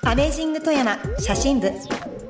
アメージング富山写真部。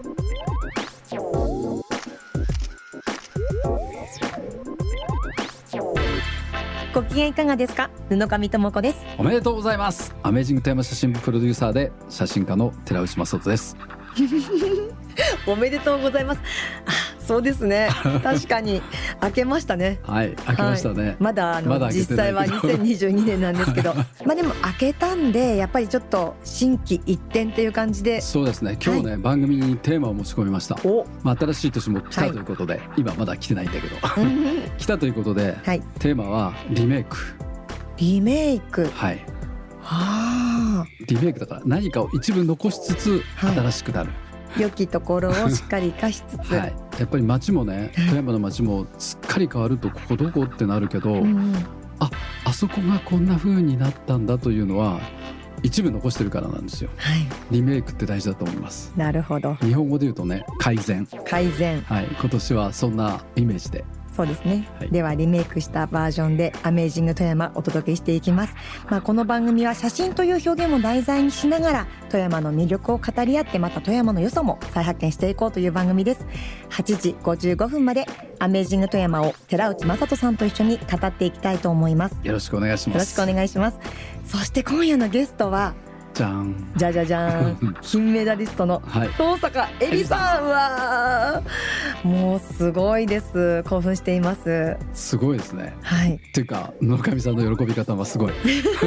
ご機嫌いかがですか？布上智子です。 おめでとうございます。アメージング富山写真部プロデューサーで写真家の寺内正人です。 おめでとうございます。そうですね。確かに明けましたね。 はい、明けましたね。はい、 まだ実際は2022年なんですけどまあでも明けたんで、やっぱりちょっと心機一転っていう感じで。 そうですね。今日ね、はい、番組にテーマを持ち込みました。新しい年も来たということで、はい、今まだ来てないんだけど来たということで、はい、テーマはリメイク。 リメイク。 はい。リメイクだから何かを一部残しつつ新しくなる、 良きところをしっかり生かしつつ、 はい、やっぱり街もね、富山の街もすっかり変わるとここどこってなるけど、あそこがこんな風になったんだというのは一部残してるからなんですよ、はい、リメイクって大事だと思います。 なるほど。 日本語で言うとね、改善、 はい、 今年はそんなイメージで。 そうですね、はい、ではリメイクしたバージョンでアメージング富山お届けしていきます。この番組は写真という表現も題材にしながら富山の魅力を語り合って、また富山の良さも再発見していこうという番組です。8時55分までアメージング富山を寺内正人さんと一緒に語っていきたいと思います。 よろしくお願いします。 よろしくお願いします。そして今夜のゲストはじゃんじゃじゃじゃん金メダリストの東坂えりさんはもうすごいです。興奮しています。 すごいですね。 はい。 っていうか野上さんの喜び方はすごい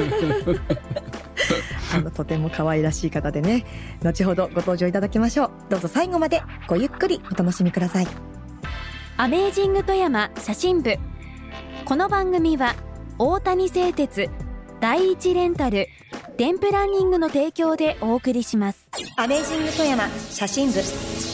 とても可愛らしい方でね、後ほどご登場いただきましょう。どうぞ最後までごゆっくりお楽しみください。 アメージング富山写真部。この番組は大谷製鉄、第一レンタル、テンプランニングの提供でお送りします。 アメージング富山写真部。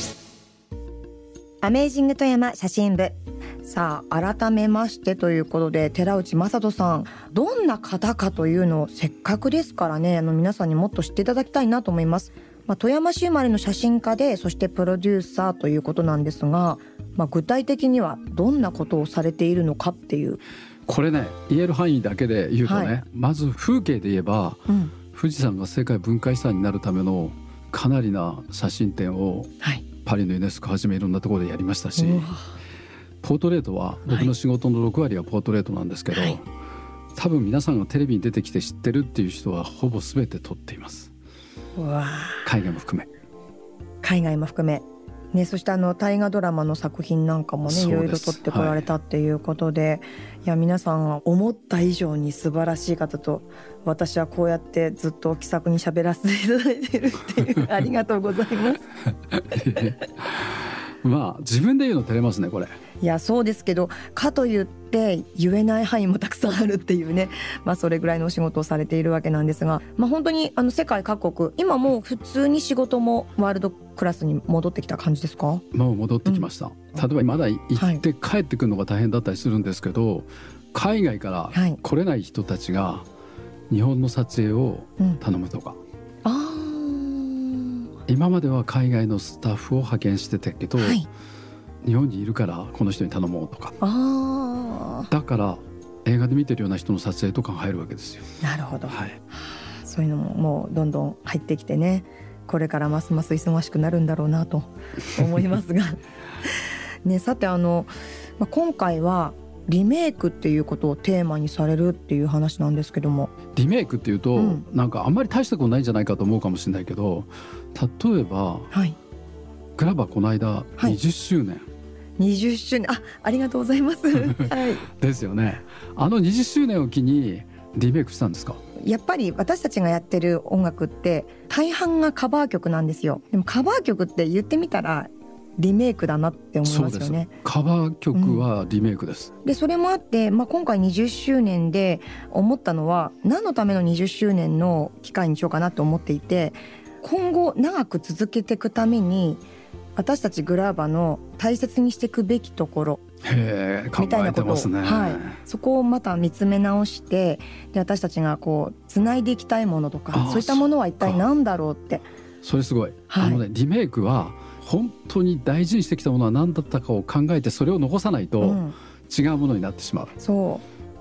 アメージング富山写真部。さあ改めましてということで、寺内正人さん、どんな方かというのをせっかくですからね、皆さんにもっと知っていただきたいなと思います。富山市生まれの写真家で、そしてプロデューサーということなんですが、具体的にはどんなことをされているのかっていう。 これね、言える範囲だけで言うとね、まず風景で言えば、富士山が世界文化遺産になるためのかなりな写真展を、パリのユネスコはじめいろんなところでやりましたし、ポートレートは僕の仕事の6割はポートレートなんですけど、多分皆さんがテレビに出てきて知ってるっていう人はほぼ全て撮っています。海外も含めね、そして大河ドラマの作品なんかもね、いろいろ撮ってこられたっていうことで、いや皆さんが思った以上に素晴らしい方と、私はこうやってずっと気さくに喋らせていただいてるっていうありがとうございます自分で言うの照れますねこれ。 いやそうですけど、かといって言えない範囲もたくさんあるっていうね、それぐらいのお仕事をされているわけなんですが、本当に世界各国、今もう普通に仕事もワールドクラスに戻ってきた感じですか？ もう戻ってきました、例えばまだ行って帰ってくるのが大変だったりするんですけど、海外から来れない人たちが日本の撮影を頼むとか、今までは海外のスタッフを派遣してたけど、日本にいるからこの人に頼もうとか、だから映画で見てるような人の撮影とかが入るわけですよ。 なるほど、そういうのももうどんどん入ってきてね、これからますます忙しくなるんだろうなと思いますがね、さて今回はリメイクっていうことをテーマにされるっていう話なんですけども、 リメイクっていうと、なんかあんまり大したことないんじゃないかと思うかもしれないけど、例えば、グラバーこの間20周年、 20周年、ありがとうございますですよね。20周年を機にリメイクしたんですか？ やっぱり私たちがやってる音楽って大半がカバー曲なんですよ。でもカバー曲って言ってみたらリメイクだなって思いますよね。 カバー曲はリメイクです、 でそれもあって、今回20周年で思ったのは、何のための20周年の機会にしようかなと思っていて、今後長く続けていくために私たちグラーバの大切にしていくべきところみたいなことを、そこをまた見つめ直して、で私たちがこうつないでいきたいものとか、そういったものは一体何だろうって。 それすごい、リメイクは本当に大事にしてきたものは何だったかを考えて、それを残さないと違うものになってしまう、 そう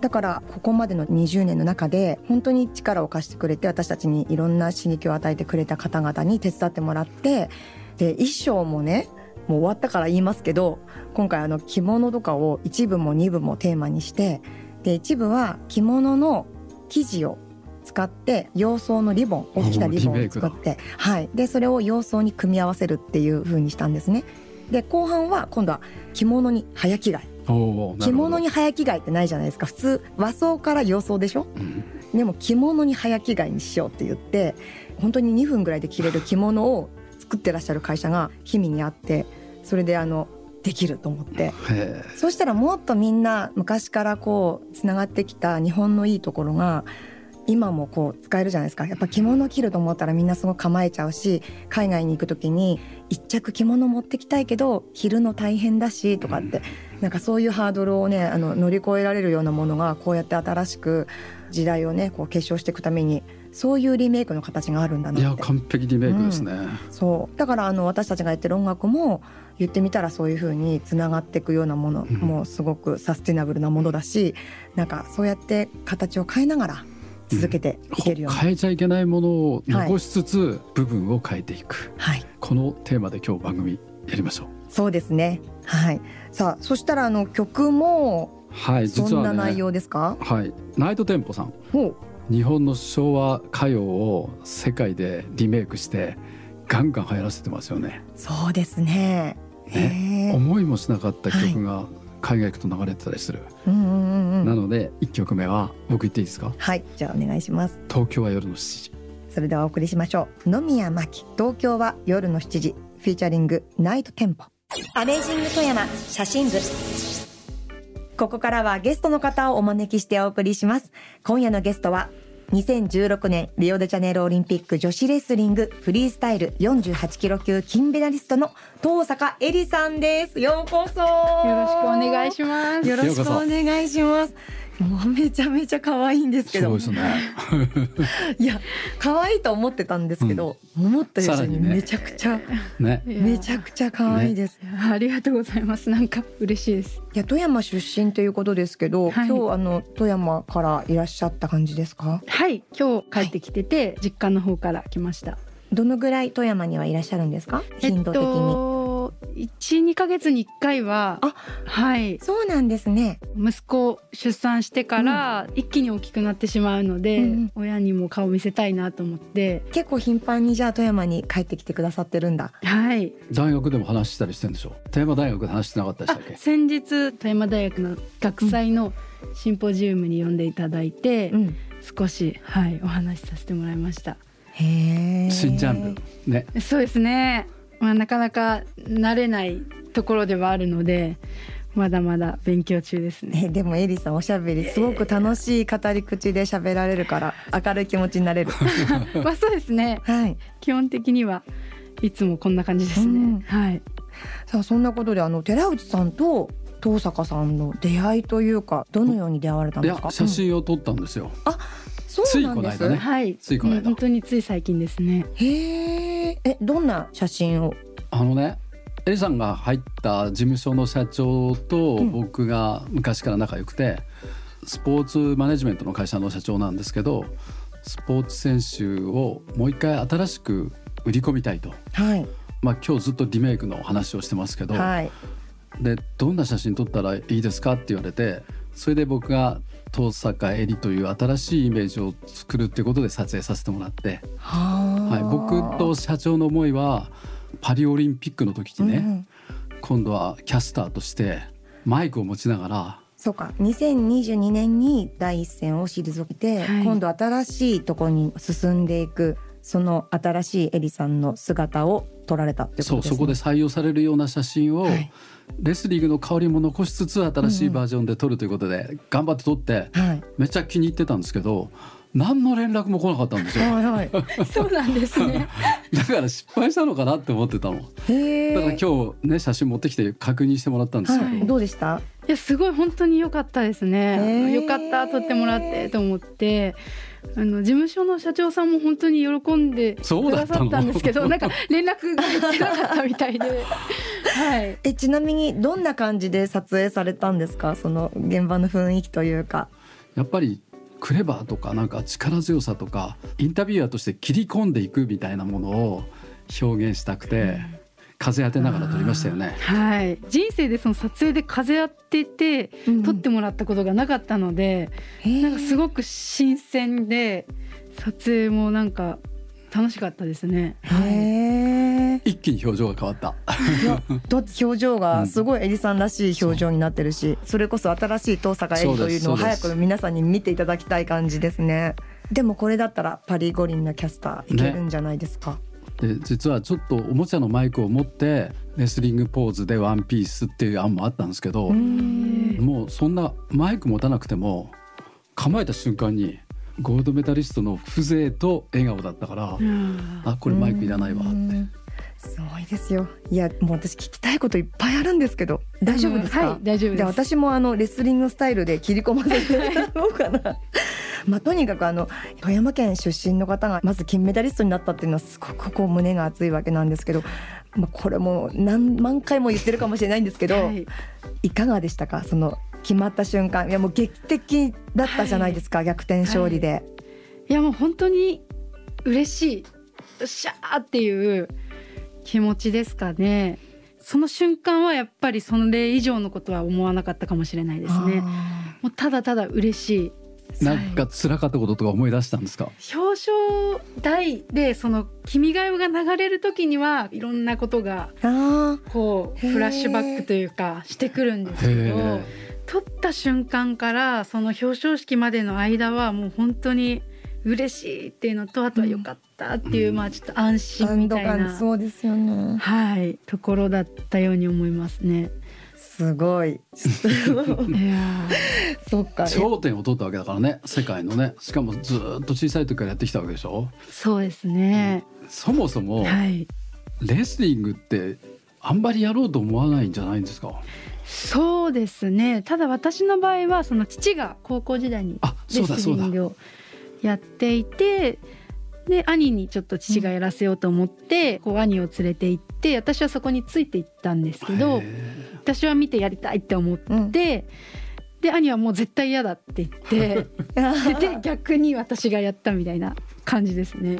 だからここまでの20年の中で本当に力を貸してくれて、私たちにいろんな刺激を与えてくれた方々に手伝ってもらって、で衣装もね、もう終わったから言いますけど、今回着物とかを1部も2部もテーマにして、で1部は着物の生地を使って洋装のリボン、大きなリボンを作って、はい、でそれを洋装に組み合わせるっていう風にしたんですね。で後半は今度は着物に早着替え。着物に早着替えってないじゃないですか。普通和装から洋装でしょ、でも着物に早着替えにしようって言って、本当に2分ぐらいで着れる着物を作ってらっしゃる会社が氷見にあって、それでできると思って、そうしたらもっとみんな昔からこうつながってきた日本のいいところが今もこう使えるじゃないですか。やっぱ着物着ると思ったらみんなすごく構えちゃうし、海外に行く時に一着着物持ってきたいけど着るの大変だしとかって、なんかそういうハードルをね乗り越えられるようなものがこうやって新しく時代をねこう継承していくために、そういうリメイクの形があるんだなって。 いや完璧リメイクですね、 そうだから私たちがやってる音楽も言ってみたらそういう風につながっていくようなもの、もうすごくサスティナブルなものだし、なんかそうやって形を変えながら続けていけるような、 変えちゃいけないものを残しつつ、部分を変えていく、このテーマで今日番組やりましょう。 そうですね、はい。さあそしたら曲もそんな内容ですか？ ナイトテンポさん、日本の昭和歌謡を世界でリメイクしてガンガン流行らせてますよね。 そうですね、 思いもしなかった曲が海外行くと流れてたりする、なので1曲目は僕言っていいですか？はい、じゃあお願いします。東京は夜の7時。それではお送りしましょう。野宮真貴、東京は夜の7時、フィーチャリングナイトテンポ。アメージング富山写真部。ここからはゲストの方をお招きしてお送りします。今夜のゲストは2016年リオデジャネイロオリンピック女子レスリングフリースタイル48キロ級金メダリストの東坂絵里さんです。ようこそ。よろしくお願いします。 よろしくお願いします。もうめちゃめちゃ可愛いんですけど。 そうですねいや可愛いと思ってたんですけど、思った以上にめちゃくちゃ、めちゃくちゃ可愛いです、 ありがとうございます。なんか嬉しいです。 いや富山出身ということですけど、今日富山からいらっしゃった感じですか？ はい、今日帰ってきてて、実家の方から来ました。 どのぐらい富山にはいらっしゃるんですか？頻度的に。 1、2ヶ月に1回は。はい。 そうなんですね。 息子出産してから一気に大きくなってしまうので、親にも顔見せたいなと思って。 結構頻繁にじゃあ富山に帰ってきてくださってるんだ。 はい。 大学でも話したりしてるんでしょ？富山大学で話してなかったでしたっけ？ 先日富山大学の学祭のシンポジウムに呼んでいただいて、少しお話しさせてもらいました。 へー。 新ジャンルね。 そうですね。なかなか慣れないところではあるので、まだまだ勉強中ですね。 でもエリさんおしゃべりすごく楽しい語り口で喋られるから明るい気持ちになれるそうですね、基本的にはいつもこんな感じですね、 さあそんなことで寺内さんと東坂さんの出会いというか、どのように出会われたんですか？ いや写真を撮ったんですよ。 そうなんです。 ついこの間ね。ついこの間。 本当につい最近ですね。 へえ。どんな写真を？ エリさんが入った事務所の社長と僕が昔から仲良くて、スポーツマネジメントの会社の社長なんですけど、スポーツ選手をもう一回新しく売り込みたいと、今日ずっとリメイクの話をしてますけど、でどんな写真撮ったらいいですかって言われて、それで僕が東坂絵里という新しいイメージを作るっていうことで撮影させてもらって、僕と社長の思いはパリオリンピックの時にね、今度はキャスターとしてマイクを持ちながら、 そうか、2022年に第一線を退けて、今度新しいところに進んでいく、その新しいエリさんの姿を撮られたってことですね。 そこで採用されるような写真を、レスリングの香りも残しつつ新しいバージョンで撮るということで頑張って撮って、めっちゃ気に入ってたんですけど、何の連絡も来なかったんですよ。 そうなんですね。 だから失敗したのかなって思ってたの。だから今日ね、写真持ってきて確認してもらったんですけど、 どうでした？ いやすごい本当に良かったですね。良かった、撮ってもらってと思って、事務所の社長さんも本当に喜んでくださったんですけど、なんか連絡が入ってなかったみたいでちなみにどんな感じで撮影されたんですか？その現場の雰囲気というか。 やっぱりクレバーとかなんか力強さとかインタビュアーとして切り込んでいくみたいなものを表現したくて、風当てながら撮りましたよね。 はい、人生でその撮影で風当てて撮ってもらったことがなかったので、なんかすごく新鮮で撮影もなんか楽しかったですね。 一気に表情が変わったいや表情がすごいエリさんらしい表情になってるし、それこそ新しい登坂エリというのを早く皆さんに見ていただきたい感じですね。でもこれだったらパリ五輪のキャスターいけるんじゃないですか、 で実はちょっとおもちゃのマイクを持ってレスリングポーズでワンピースっていう案もあったんですけど、もうそんなマイク持たなくても構えた瞬間にゴールドメダリストの風情と笑顔だったから、あ、これマイクいらないわって。 すごいですよ。いやもう私聞きたいこといっぱいあるんですけど大丈夫ですか？ はい、大丈夫です。 で私もレスリングスタイルで切り込ませてもらおうかなとにかく富山県出身の方がまず金メダリストになったっていうのはすごくこう胸が熱いわけなんですけど、これも何万回も言ってるかもしれないんですけど、いかがでしたか？その決まった瞬間。いやもう劇的だったじゃないですか、逆転勝利で。 いやもう本当に嬉しい、よっしゃーっていう気持ちですかね。その瞬間はやっぱりそれ以上のことは思わなかったかもしれないですね。もうただただ嬉しい。 なんか辛かったこととか思い出したんですか？ 表彰台でその君が代が流れる時にはいろんなことがこうフラッシュバックというかしてくるんですけど、撮った瞬間からその表彰式までの間はもう本当に嬉しいっていうのと、あとは良かったっていう、ちょっと安心みたいな、 そうですよね、 はい、ところだったように思いますね。 すごいいやそっか、 頂点を取ったわけだからね、世界のね。しかもずっと小さい時からやってきたわけでしょ。 そうですね、 そもそも、レスリングってあんまりやろうと思わないんじゃないんですか？ そうですね。ただ私の場合はその父が高校時代にレスリングをやっていて、で兄にちょっと父がやらせようと思って、こう兄を連れて行って、私はそこについて行ったんですけど、私は見てやりたいって思って、で兄はもう絶対嫌だって言ってで逆に私がやったみたいな感じですね。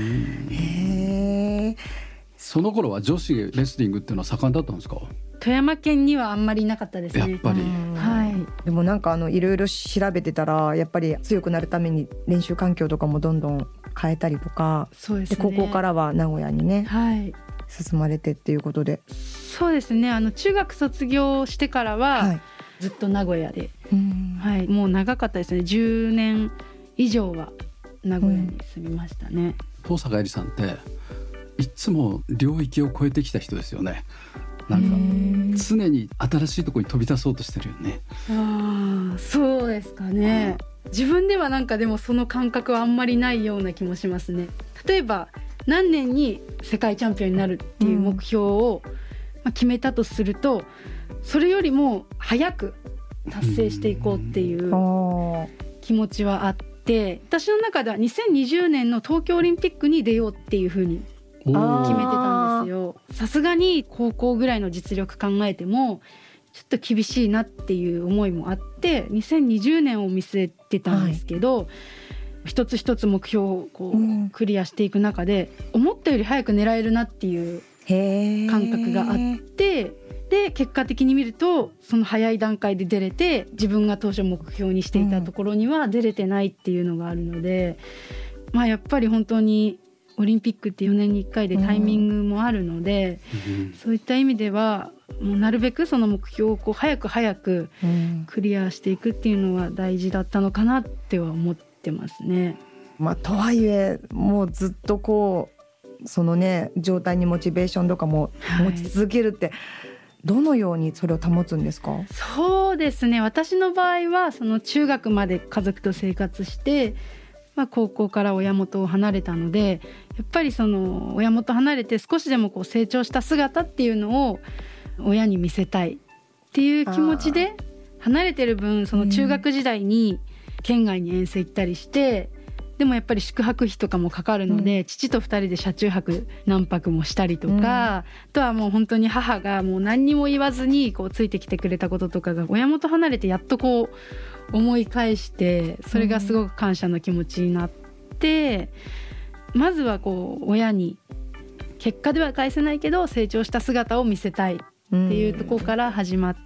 その頃は女子レスリングっていうのは盛んだったんですか？ 富山県にはあんまりなかったですね。 やっぱり、 でもなんかいろいろ調べてたら、やっぱり強くなるために練習環境とかもどんどん変えたりとか、 そうですね、 で高校からは名古屋にね、進まれてっていうことで。 そうですね、中学卒業してからは、ずっと名古屋で、もう長かったですね。10年以上は名古屋に住みましたね。 登坂絵莉さんっていつも領域を超えてきた人ですよね。なんか常に新しいところに飛び出そうとしてるよね。 そうですかね、自分ではなんかでもその感覚はあんまりないような気もしますね。例えば何年に世界チャンピオンになるっていう目標を決めたとすると、それよりも早く達成していこうっていう気持ちはあって、私の中では2020年の東京オリンピックに出ようっていうふうに決めてたんですよ。さすがに高校ぐらいの実力考えてもちょっと厳しいなっていう思いもあって、2020年を見据えてたんですけど、一つ一つ目標をこうクリアしていく中で、思ったより早く狙えるなっていう感覚があって、で結果的に見るとその早い段階で出れて、自分が当初目標にしていたところには出れてないっていうのがあるので、やっぱり本当にオリンピックって4年に1回でタイミングもあるので、そういった意味ではもうなるべくその目標をこう早くクリアしていくっていうのは大事だったのかなっては思ってますね。 とはいえもうずっとこうそのね状態にモチベーションとかも持ち続けるって、どのようにそれを保つんですか？ そうですね、私の場合はその中学まで家族と生活して、高校から親元を離れたので、やっぱりその親元離れて少しでもこう成長した姿っていうのを親に見せたいっていう気持ちで、離れてる分その中学時代に県外に遠征行ったりして、 でもやっぱり宿泊費とかもかかるので、父と2人で車中泊何泊もしたりとか、あとはもう本当に母がもう何にも言わずにこうついてきてくれたこととかが親元離れてやっとこう思い返して、それがすごく感謝の気持ちになって、まずはこう親に結果では返せないけど成長した姿を見せたいっていうところから始まって、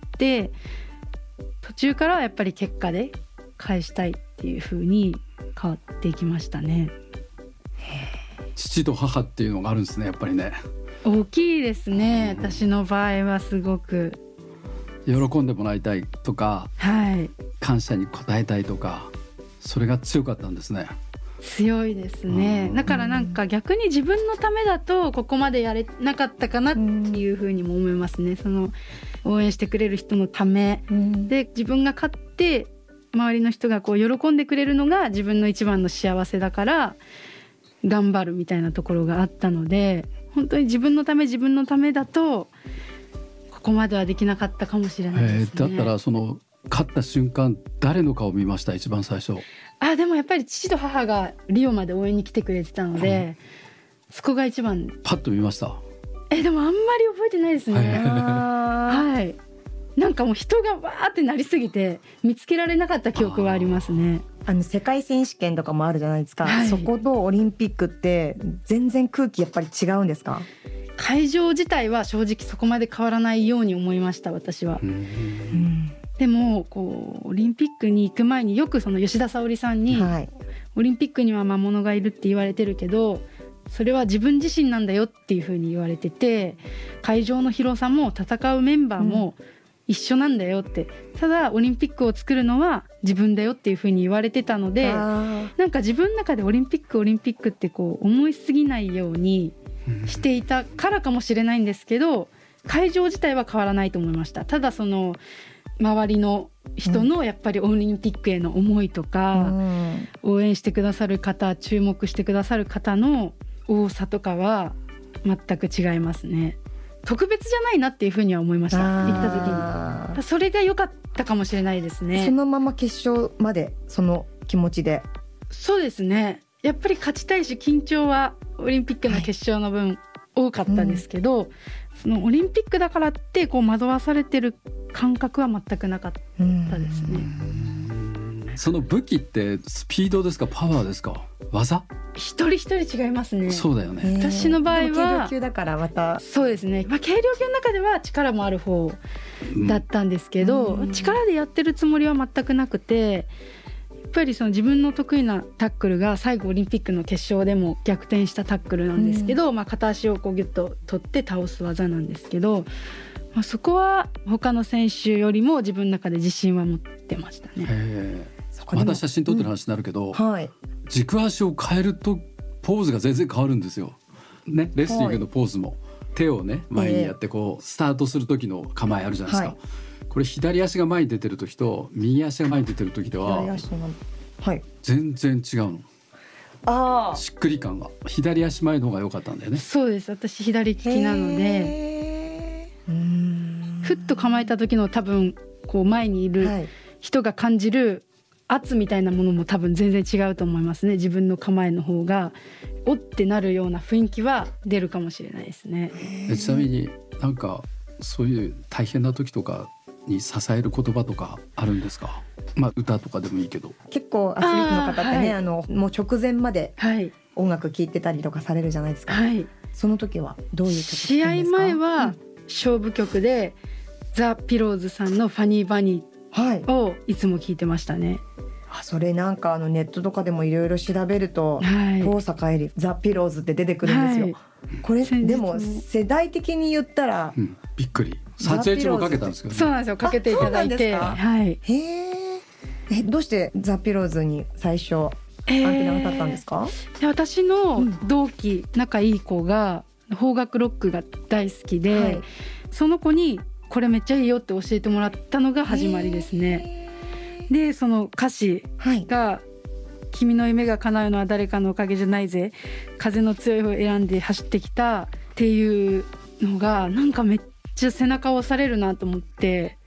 途中からはやっぱり結果で返したいっていう風に変わっていきましたね。 父と母っていうのがあるんですね、やっぱりね。 大きいですね、私の場合はすごく。 喜んでもらいたいとか、はい、感謝に応えたいとか、それが強かったんですね。 強いですね。だからなんか逆に自分のためだとここまでやれなかったかなっていうふうにも思いますね。その応援してくれる人のためで、自分が勝って周りの人がこう喜んでくれるのが自分の一番の幸せだから頑張るみたいなところがあったので、本当に自分のためだとここまではできなかったかもしれないですね。 だったらその勝った瞬間誰の顔見ました？一番最初。 でもやっぱり父と母がリオまで応援に来てくれてたので、そこが一番。 パッと見ました？ でもあんまり覚えてないですね。はい。なんかもう人がわーってなりすぎて見つけられなかった記憶はありますね。 世界選手権とかもあるじゃないですか、はい、そことオリンピックって全然空気やっぱり違うんですか？ 会場自体は正直そこまで変わらないように思いました、私は。でもこうオリンピックに行く前によくその吉田沙保里さんに、はい、オリンピックには魔物がいるって言われてるけどそれは自分自身なんだよっていう風に言われてて、会場の広さも戦うメンバーも一緒なんだよって、ただオリンピックを作るのは自分だよっていう風に言われてたので、なんか自分の中でオリンピックってこう思いすぎないようにしていたからかもしれないんですけど、会場自体は変わらないと思いました。ただその周りの人のやっぱりオリンピックへの思いとか、応援してくださる方、注目してくださる方の多さとかは全く違いますね。特別じゃないなっていうふうには思いました、行った時に。それが良かったかもしれないですね。 そのまま決勝までその気持ちで。 そうですね、やっぱり勝ちたいし緊張はオリンピックの決勝の分多かったですけど、そのオリンピックだからってこう惑わされてる感覚は全くなかったですね。 その武器ってスピードですか、パワーですか、技？ 一人一人違いますね。 そうだよね。 私の場合は軽量級だからまたそうですね、軽量級の中では力もある方だったんですけど、力でやってるつもりは全くなくて、やっぱりその自分の得意なタックルが最後オリンピックの決勝でも逆転したタックルなんですけど、片足をこうギュッと取って倒す技なんですけど、そこは他の選手よりも自分の中で自信は持ってましたね。 また写真撮ってる話になるけど、はい、軸足を変えるとポーズが全然変わるんですよ、ね、レスリングのポーズも、手をね前にやってこうスタートする時の構えあるじゃないですか、はい、これ左足が前に出てる時と右足が前に出てる時では全然違うの。しっくり感が左足前の方が良かったんだよね。 そうです、私左利きなので、ふっと構えた時の多分こう前にいる人が感じる圧みたいなものも多分全然違うと思いますね。自分の構えの方がおってなるような雰囲気は出るかもしれないですね。 ちなみになんかそういう大変な時とかに支える言葉とかあるんですか？歌とかでもいいけど。 結構アスリートの方ってね、はい、もう直前まで音楽聴いてたりとかされるじゃないですか、はい、その時はどういう曲聴くんですか？ 試合前は勝負曲で、ザ・ピローズさんのファニーバニーをいつも聴いてましたね。 それなんかネットとかでもいろいろ調べると、遠坂絵里ザ・ピローズって出てくるんですよ、これでも世代的に言ったら、 びっくり。撮影中もかけたんですけどね。 そうなんですよ、かけていただいて、はい、 どうしてザ・ピローズに最初アンテナが立ったんですか？ 私の同期、仲いい子が邦楽ロックが大好きで、その子にこれめっちゃいいよって教えてもらったのが始まりですね。でその歌詞が、君の夢が叶うのは誰かのおかげじゃないぜ、風の強い方を選んで走ってきたっていうのがなんかめっちゃ背中を押されるなと思って。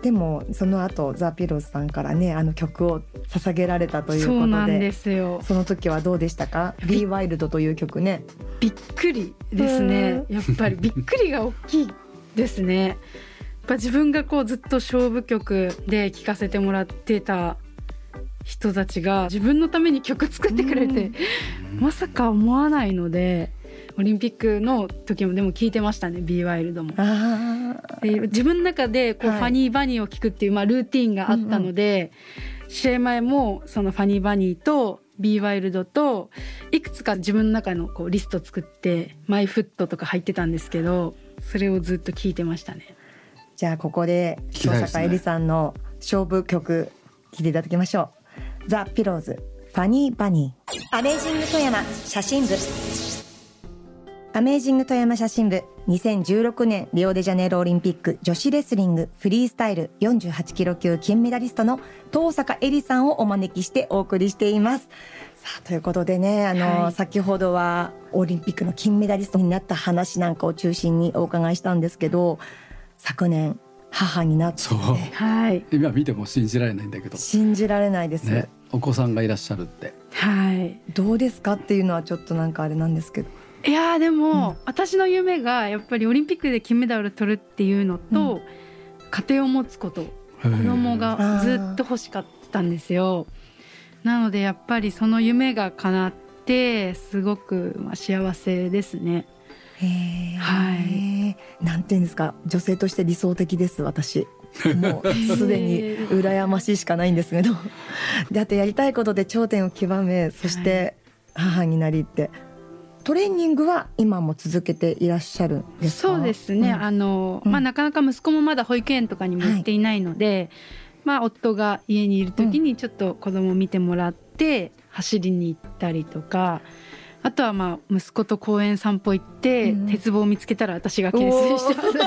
でもその後ザ・ピローズさんからね曲を捧げられたということで、 そうなんですよ。 その時はどうでしたか？ Be Wild という曲ね。 びっくりですね。やっぱりびっくりが大きいですね。やっぱ自分がこうずっと勝負曲で聴かせてもらってた人たちが自分のために曲作ってくれて、まさか思わないので、オリンピックの時もでも聞いてましたね、 Be Wild も。で自分の中でこう、ファニーバニーを聞くっていう、ルーティンがあったので、試合前もそのファニーバニーと Be Wild といくつか自分の中のこうリスト作ってマイフットとか入ってたんですけど、それをずっと聞いてましたね。 じゃあここで登坂絵莉さんの勝負曲聴いていただきましょう。ザ・ピローズファニーバニー。アメージング富山写真部。アメージング富山写真部、2016年リオデジャネイロオリンピック女子レスリングフリースタイル48キロ級金メダリストの登坂絵莉さんをお招きしてお送りしています。さあということでね、先ほどはオリンピックの金メダリストになった話なんかを中心にお伺いしたんですけど、昨年母になって、 そう、はい、今見ても信じられないんだけど。 信じられないです、ね、 お子さんがいらっしゃるって、 はい、 どうですかっていうのはちょっとなんかあれなんですけど。 いやでも、私の夢がやっぱりオリンピックで金メダルを取るっていうのと、家庭を持つこと、子供がずっと欲しかったんですよ。なのでやっぱりその夢が叶ってすごく幸せですね。 はい、なんていうんですか、女性として理想的です私。もうすでに羨ましいしかないんですけどで、あとやりたいことで頂点を極め、そして母になりって、トレーニングは今も続けていらっしゃるんですか？ そうですね、なかなか息子もまだ保育園とかにも行っていないので、夫が家にいる時にちょっと子供を見てもらって走りに行ったりとか、あとは息子と公園散歩行って、鉄棒を見つけたら私が懸垂してます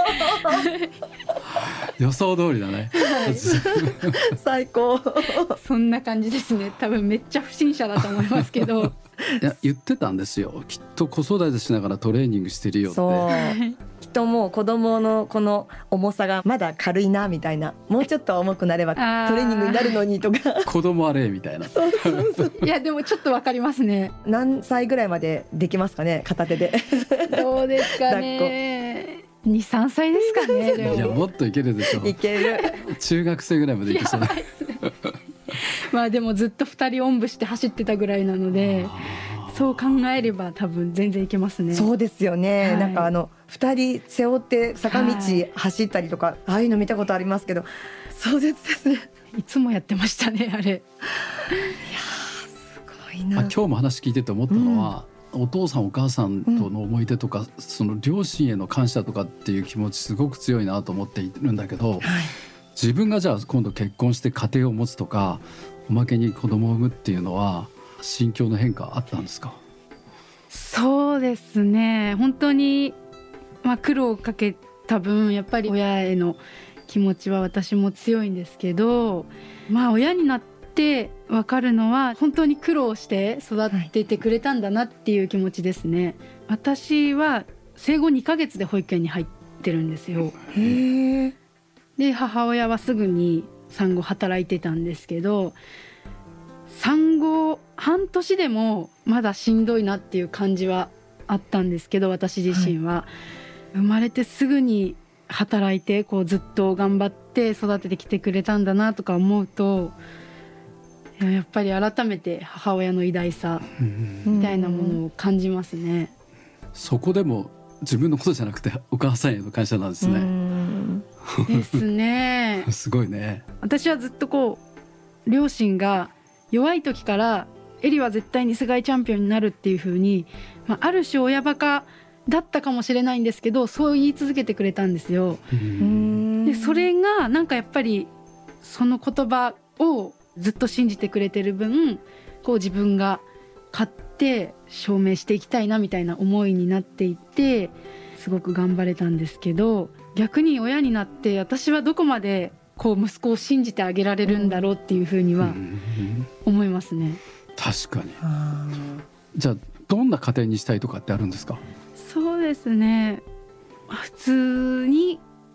予想通りだね、 最高そんな感じですね。多分めっちゃ不審者だと思いますけどいや言ってたんですよ、きっと子育てしながらトレーニングしてるよって。 そうきっともう子供のこの重さがまだ軽いなみたいな、もうちょっと重くなればトレーニングになるのにとか子供あれみたいな。 そういやでもちょっとわかりますね。 何歳ぐらいまでできますかね、片手でどうですかね2、3歳ですかね。でもいやもっといけるでしょ。 いける中学生ぐらいまでいけそうねでもずっと2人おんぶして走ってたぐらいなので、そう考えれば多分全然いけますね。 そうですよね、なんか2人背負って坂道走ったりとか、ああいうの見たことありますけど、壮絶ですね。 いつもやってましたねあれ。いやすごいな。 今日も話聞いてて思ったのは、お父さんお母さんとの思い出とか、その両親への感謝とかっていう気持ちすごく強いなと思っているんだけど、自分がじゃあ今度結婚して家庭を持つとか、おまけに子供を産むっていうのは心境の変化あったんですか？ そうですね、本当に、苦労をかけた分やっぱり親への気持ちは私も強いんですけど、親になって分かるのは本当に苦労して育ててくれたんだなっていう気持ちですね。私は生後2ヶ月で保育園に入ってるんですよ。で母親はすぐに産後働いてたんですけど、産後半年でもまだしんどいなっていう感じはあったんですけど、私自身は、生まれてすぐに働いてこうずっと頑張って育ててきてくれたんだなとか思うと、やっぱり改めて母親の偉大さみたいなものを感じますね。 そこでも自分のことじゃなくてお母さんへの感謝なんですね。 ですねすごいね。 私はずっとこう両親が弱い時からエリは絶対に世界チャンピオンになるっていう風に、ある種親バカだったかもしれないんですけど、そう言い続けてくれたんですよ。でそれがなんかやっぱりその言葉をずっと信じてくれてる分、こう自分が勝って証明していきたいなみたいな思いになっていて、すごく頑張れたんですけど、逆に親になって私はどこまでこう息子を信じてあげられるんだろうっていうふうには思いますね。 確かに。じゃあどんな家庭にしたいとかってあるんですか？ そうですね、普通に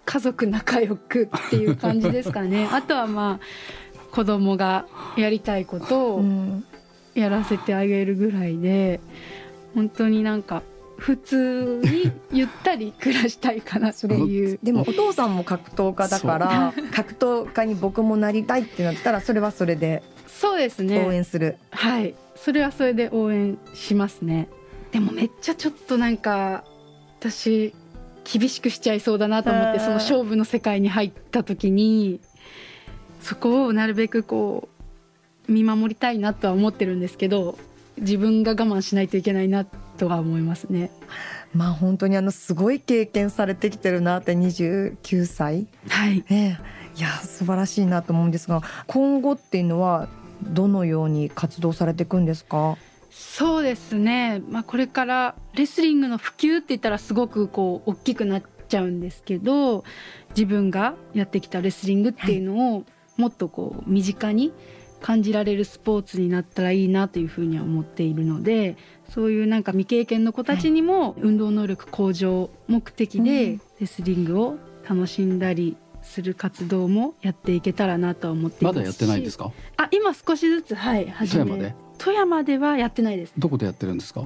家族仲良くっていう感じですかねあとはまあ子供がやりたいことをやらせてあげるぐらいで、本当になんか普通にゆったり暮らしたいかなっていうでもお父さんも格闘家だから格闘家に僕もなりたいってなったらそれはそれでそうですね、 応援する。 はい、それはそれで応援しますね。でもめっちゃちょっとなんか私厳しくしちゃいそうだなと思って、その勝負の世界に入った時にそこをなるべくこう見守りたいなとは思ってるんですけど、自分が我慢しないといけないなとは思いますね。 まあ本当にすごい経験されてきてるなって29歳、 はい、 いや素晴らしいなと思うんですが、今後っていうのはどのように活動されていくんですか？ そうですね、これからレスリングの普及って言ったらすごくこう大きくなっちゃうんですけど、自分がやってきたレスリングっていうのをもっとこう身近に感じられるスポーツになったらいいなというふうには思っているので、そういうなんか未経験の子たちにも運動能力向上目的でレスリングを楽しんだりする活動もやっていけたらなと思っていますし。 まだやってないんですか？ 今少しずつ始め。富山ではやってないです。 どこでやってるんですか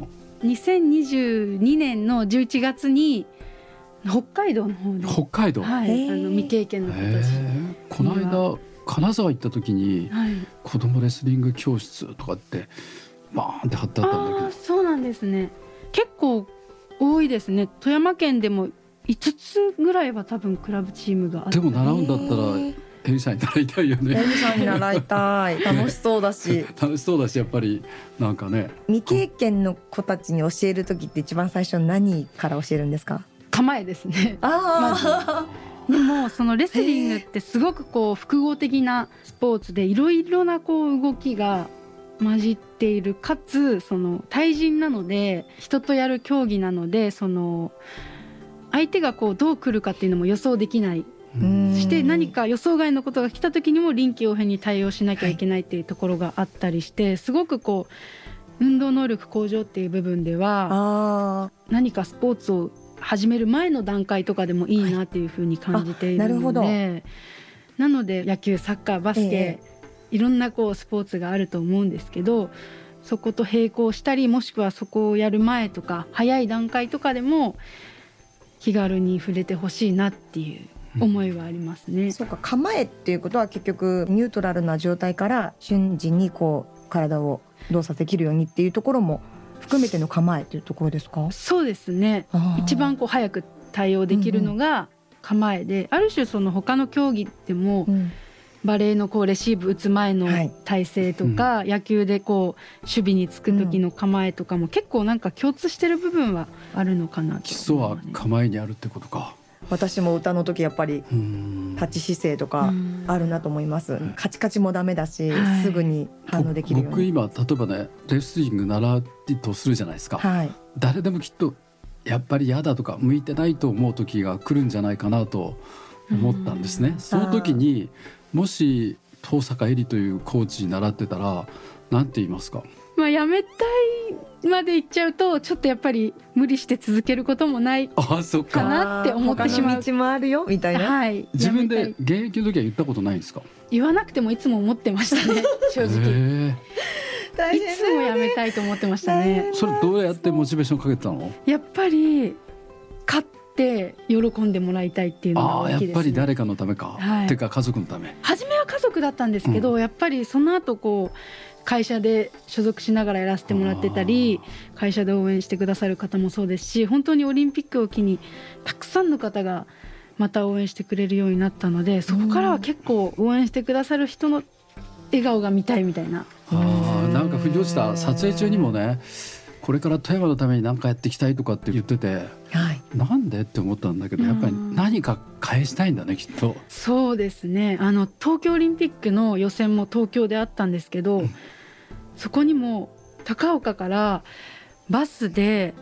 ？2022年の11月に北海道の方で。 北海道、 未経験の子たち。 この間金沢行った時に、子供レスリング教室とかってバーンって貼ってあったんだけど。 そうなんですね。結構多いですね。富山県でも5つぐらいは多分クラブチームがあって。 でも習うんだったらエリさんに習いたいよね。 エリさんに習いたい。楽しそうだし楽しそうだし、やっぱりなんかね、 未経験の子たちに教える時って一番最初何から教えるんですか？ 構えですね。でもそのレスリングってすごくこう複合的なスポーツでいろいろなこう動きが混じっている、かつその対人なので人とやる競技なので、その相手がこうどう来るかっていうのも予想できない。そして何か予想外のことが来た時にも臨機応変に対応しなきゃいけないっていうところがあったりして、すごくこう運動能力向上っていう部分では何かスポーツを始める前の段階とかでもいいなっていうふうに感じているので、なので野球、サッカー、バスケ、いろんなこうスポーツがあると思うんですけど、そこと並行したり、もしくはそこをやる前とか早い段階とかでも気軽に触れてほしいなっていう思いはありますね。 そうか、構えっていうことは結局ニュートラルな状態から瞬時にこう体を動作できるようにっていうところも含めての構えというところですか？ そうですね。一番こう早く対応できるのが構えで、ある種その他の競技でも、バレーのこうレシーブ打つ前の体勢とか、野球でこう守備につく時の構えとかも結構なんか共通してる部分はあるのかなと。 基礎は構えにあるってことか。 私も歌の時やっぱり立ち姿勢とかあるなと思います。カチカチもダメだし、すぐに反応できるように。 僕今例えばね、レスリング習うとするじゃないですか、誰でもきっとやっぱり嫌だとか向いてないと思う時が来るんじゃないかなと思ったんですね。その時にもし遠坂絵里というコーチに習ってたら何て言いますか？ やめたいまで行っちゃうとちょっとやっぱり無理して続けることもないかなって思ってしまう。 他の道もあるよみたいな、 自分で現役の時は言ったことないんですか？ 言わなくてもいつも思ってましたね正直。いつもやめたいと思ってましたね。 それどうやってモチベーションかけてたの？ やっぱり勝って喜んでもらいたいっていうのが大きいですね。 やっぱり誰かのためか、てか家族のため。 初めは家族だったんですけど、やっぱりその後こう会社で所属しながらやらせてもらってたり、会社で応援してくださる方もそうですし、本当にオリンピックを機にたくさんの方がまた応援してくれるようになったので、そこからは結構応援してくださる人の笑顔が見たいみたいな。 なんか藤吉さん撮影中にもね、これから富山のために何かやっていきたいとかって言ってて、なんでって思ったんだけど、やっぱり何か返したいんだね、きっと。 そうですね。東京オリンピックの予選も東京であったんですけど、そこにも高岡からバスで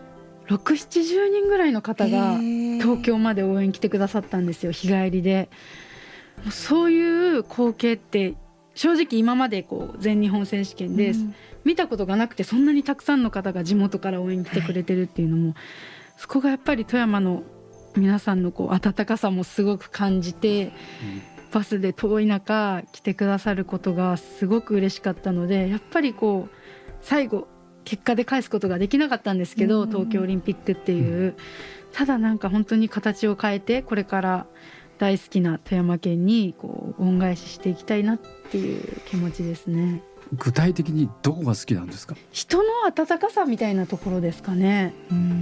670人ぐらいの方が東京まで応援来てくださったんですよ、日帰りで。そういう光景って正直今までこう全日本選手権で見たことがなくて、そんなにたくさんの方が地元から応援に来てくれてるっていうのも、そこがやっぱり富山の皆さんの温かさもすごく感じて、バスで遠い中来てくださることがすごく嬉しかったので、やっぱり最後結果で返すことができなかったんですけど、東京オリンピックっていう、ただ本当に形を変えてこれから大好きな富山県に恩返ししていきたいなっていう気持ちですね。 具体的にどこが好きなんですか？ 人の温かさみたいなところですかね。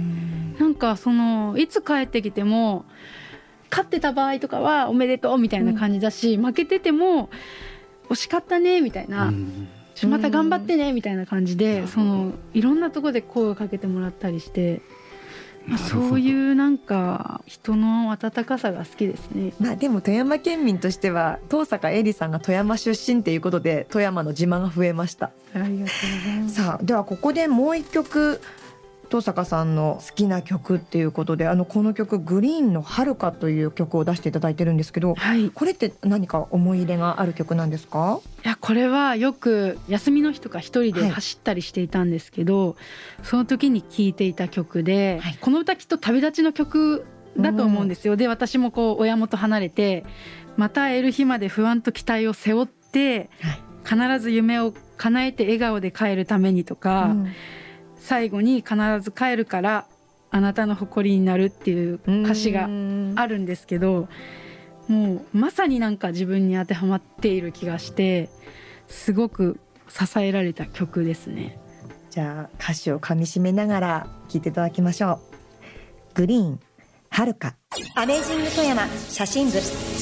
いつ帰ってきても勝ってた場合とかはおめでとうみたいな感じだし、負けてても惜しかったねみたいな、また頑張ってねみたいな感じで、いろんなところで声をかけてもらったりして、そういう人の温かさが好きですね。 でも富山県民としては東坂絵里さんが富山出身ということで富山の自慢が増えました。 ありがとうございます。 さあではここでもう一曲東坂さんの好きな曲っていうことで、この曲グリーンの遥かという曲を出していただいてるんですけど、これって何か思い入れがある曲なんですか？ いや、これはよく休みの日とか一人で走ったりしていたんですけど、その時に聴いていた曲で、この歌きっと旅立ちの曲だと思うんですよ。で、私も親元離れてまた会える日まで不安と期待を背負って、必ず夢を叶えて笑顔で帰るためにとか、最後に必ず帰るからあなたの誇りになるっていう歌詞があるんですけど、もうまさに自分に当てはまっている気がして、すごく支えられた曲ですね。 じゃあ歌詞をかみしめながら聴いていただきましょう。グリーン遥か。アメージング富山写真部。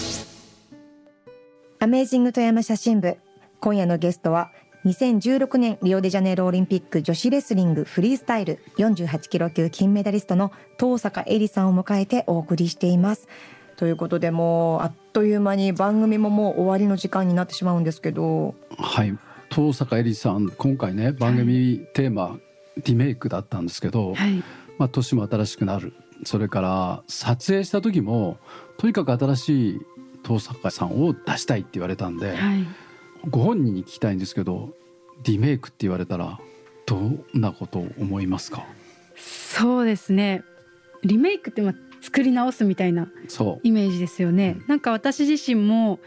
アメージング富山写真部、今夜のゲストは2016年リオデジャネイロオリンピック女子レスリングフリースタイル48キロ級金メダリストの東坂絵里さんを迎えてお送りしています。ということで、もうあっという間に番組ももう終わりの時間になってしまうんですけど、 はい、東坂絵里さん今回ね、番組テーマ、リメイクだったんですけど、年も新しくなる、それから撮影した時もとにかく新しい東坂さんを出したいって言われたんで、ご本人に聞きたいんですけど、リメイクって言われたらどんなことを思いますか？ そうですね、リメイクって作り直すみたいなイメージですよね。私自身も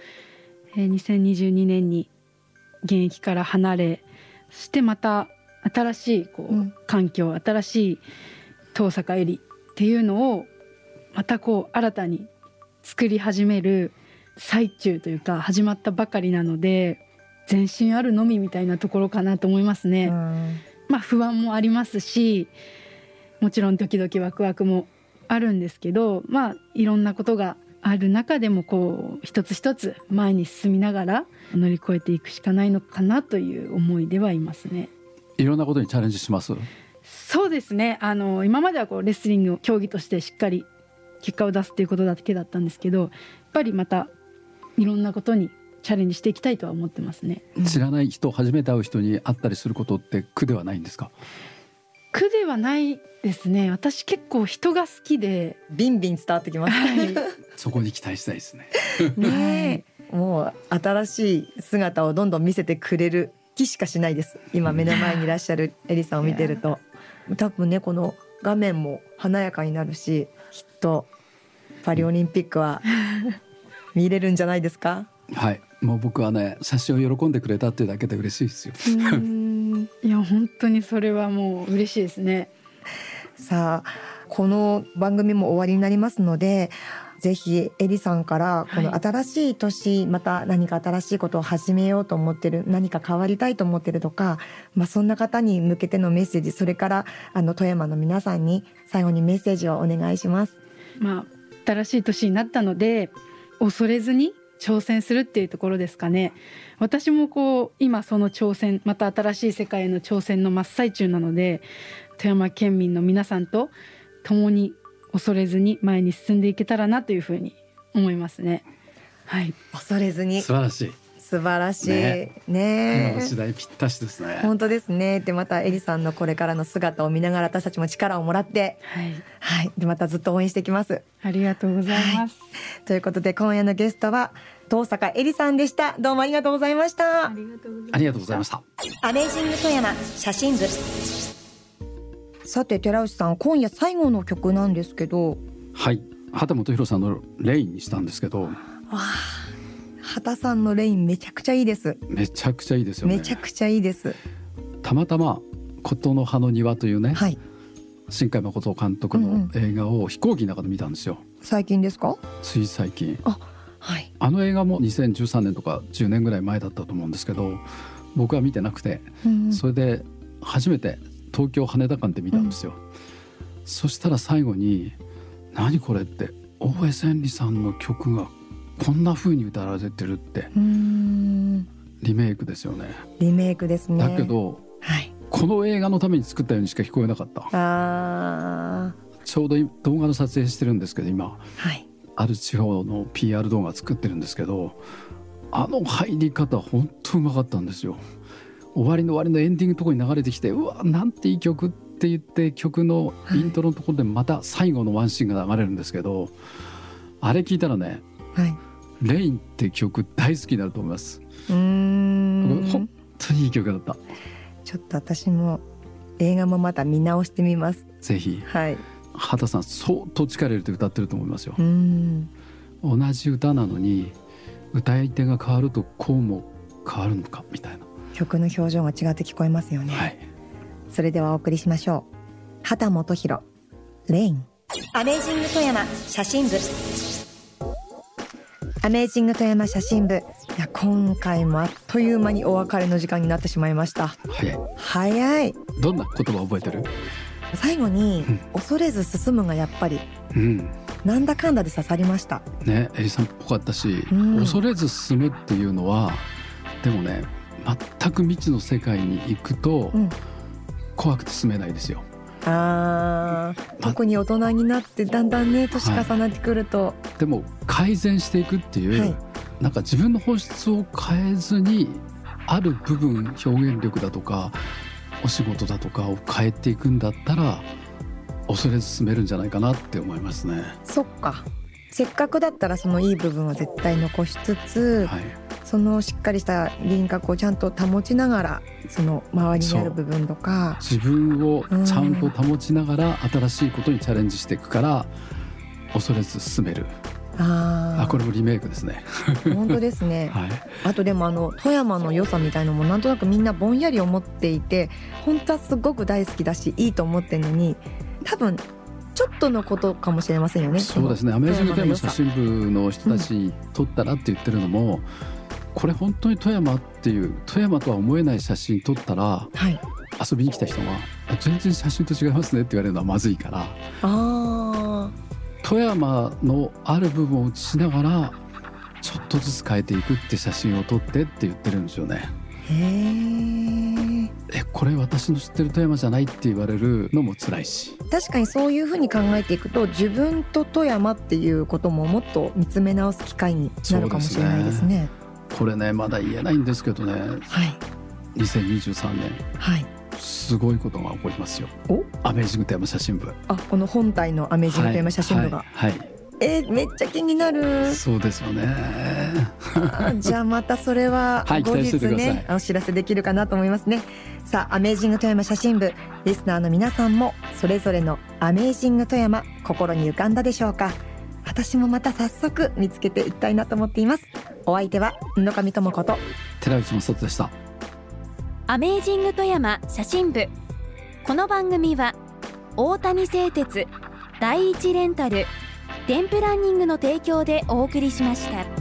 2022年に現役から離れ、そしてまた新しい環境、新しい東坂絵里っていうのをまた新たに作り始める最中というか始まったばかりなので、前進あるのみみたいなところかなと思いますね。不安もありますし、もちろんドキドキワクワクもあるんですけど、いろんなことがある中でも一つ一つ前に進みながら乗り越えていくしかないのかなという思いではいますね。 いろんなことにチャレンジします？ そうですね、今まではレスリングを競技としてしっかり結果を出すっていうことだけだったんですけど、やっぱりまたいろんなことにチャレンジしていきたいとは思ってますね。 知らない人、初めて会う人に会ったりすることって苦ではないんですか？ 苦ではないですね。私結構人が好きでビンビン伝わってきます、 そこに期待したいですね。 もう新しい姿をどんどん見せてくれる気しかしないです。今目の前にいらっしゃるエリさんを見てると、多分ね、この画面も華やかになるし、きっとパリオリンピックは見れるんじゃないですか？ はい、もう僕はね、写真を喜んでくれたっていうだけで嬉しいですよ。 いや、本当にそれはもう嬉しいですね。 さあ、この番組も終わりになりますので、ぜひエリさんからこの新しい年、また何か新しいことを始めようと思ってる、何か変わりたいと思ってるとか、そんな方に向けてのメッセージ、それから富山の皆さんに最後にメッセージをお願いします。 新しい年になったので、恐れずに挑戦するっていうところですかね。私も今その挑戦、また新しい世界への挑戦の真っ最中なので、富山県民の皆さんと共に恐れずに前に進んでいけたらなというふうに思いますね。 恐れずに。 素晴らしい、 素晴らしい今の時代ぴったしですね。 本当ですね。でまたエリさんのこれからの姿を見ながら私たちも力をもらって、でまたずっと応援していきます。 ありがとうございます、 ということで今夜のゲストは東坂エリさんでした。どうもありがとうございました。 ありがとうございました。 アメージング富山写真部。さて寺内さん、今夜最後の曲なんですけど。 はい、 畑基博さんのレインにしたんですけど、 畑さんのレインめちゃくちゃいいです。 めちゃくちゃいいですよね。 めちゃくちゃいいです。 たまたま琴の葉の庭というね、 はい、 新海誠監督の映画を飛行機の中で見たんですよ。 最近ですか？ つい最近。 はい、 あの映画も2013年とか10年ぐらい前だったと思うんですけど、僕は見てなくて、それで初めて東京羽田間で見たんですよ。そしたら最後に何これって、大江千里さんの曲がこんな風に歌われてるって。リメイクですよね。 リメイクですね。 だけど、はい、この映画のために作ったようにしか聞こえなかった。ちょうど動画の撮影してるんですけど今、はい、ある地方の PR 動画作ってるんですけど、あの入り方本当うまかったんですよ。終わりのエンディングのところに流れてきて、うわなんていい曲って言って、曲のイントロのところでまた最後のワンシーンが流れるんですけど、あれ聞いたらね、はい、レインって曲大好きになると思います。本当にいい曲だった。 ちょっと私も映画もまた見直してみます。 ぜひ、 はい、 畑さん相当力入れて歌ってると思いますよ。同じ歌なのに歌い手が変わるとこうも変わるのかみたいな、 曲の表情が違って聞こえますよね。はい、それではお送りしましょう。畑基博、レイン。アメージング富山写真部。アメージング富山写真部、いや今回もあっという間にお別れの時間になってしまいました。早い。 どんな言葉覚えてる？ 最後に、恐れず進むがやっぱり、なんだかんだで刺さりましたね。エリさんっぽかったし、恐れず進むっていうのはでもね、全く未知の世界に行くと、怖くて進めないですよ。 特に大人になってだんだんね年重なってくると、 でも改善していくっていう、なんか自分の本質を変えずにある部分、表現力だとかお仕事だとかを変えていくんだったら恐れず進めるんじゃないかなって思いますね。 そっか、せっかくだったらそのいい部分は絶対残しつつ、そのしっかりした輪郭をちゃんと保ちながら、その周りにある部分とか自分をちゃんと保ちながら新しいことにチャレンジしていくから、恐れず進める。これもリメイクですね。 本当ですね。あとでも富山の良さみたいのもなんとなくみんなぼんやり思っていて、本当はすごく大好きだしいいと思ってるのに、多分ちょっとのことかもしれませんよね。 そうですね。アメージング富山写真部の人たちに撮ったらって言ってるのも、これ本当に富山っていう、富山とは思えない写真撮ったら、遊びに来た人が全然写真と違いますねって言われるのはまずいから、富山のある部分を写しながらちょっとずつ変えていくって写真を撮ってって言ってるんですよね。これ私の知ってる富山じゃないって言われるのも辛いし、 確かにそういうふうに考えていくと、自分と富山っていうことももっと見つめ直す機会になるかもしれないですね。 これね、まだ言えないんですけどね、2023年、すごいことが起こりますよ。アメージング富山写真部。 この本体のアメージング富山写真部が、めっちゃ気になる。 そうですよね。 じゃあまたそれは後日ね、お知らせできるかなと思いますね。さあ、アメージング富山写真部、リスナーの皆さんもそれぞれのアメージング富山、心に浮かんだでしょうか。私もまた早速見つけていきたいなと思っています。お相手は野上智子と寺内正人でした。 アメージング富山写真部。この番組は大谷製鉄、第一レンタル、テンプランニングの提供でお送りしました。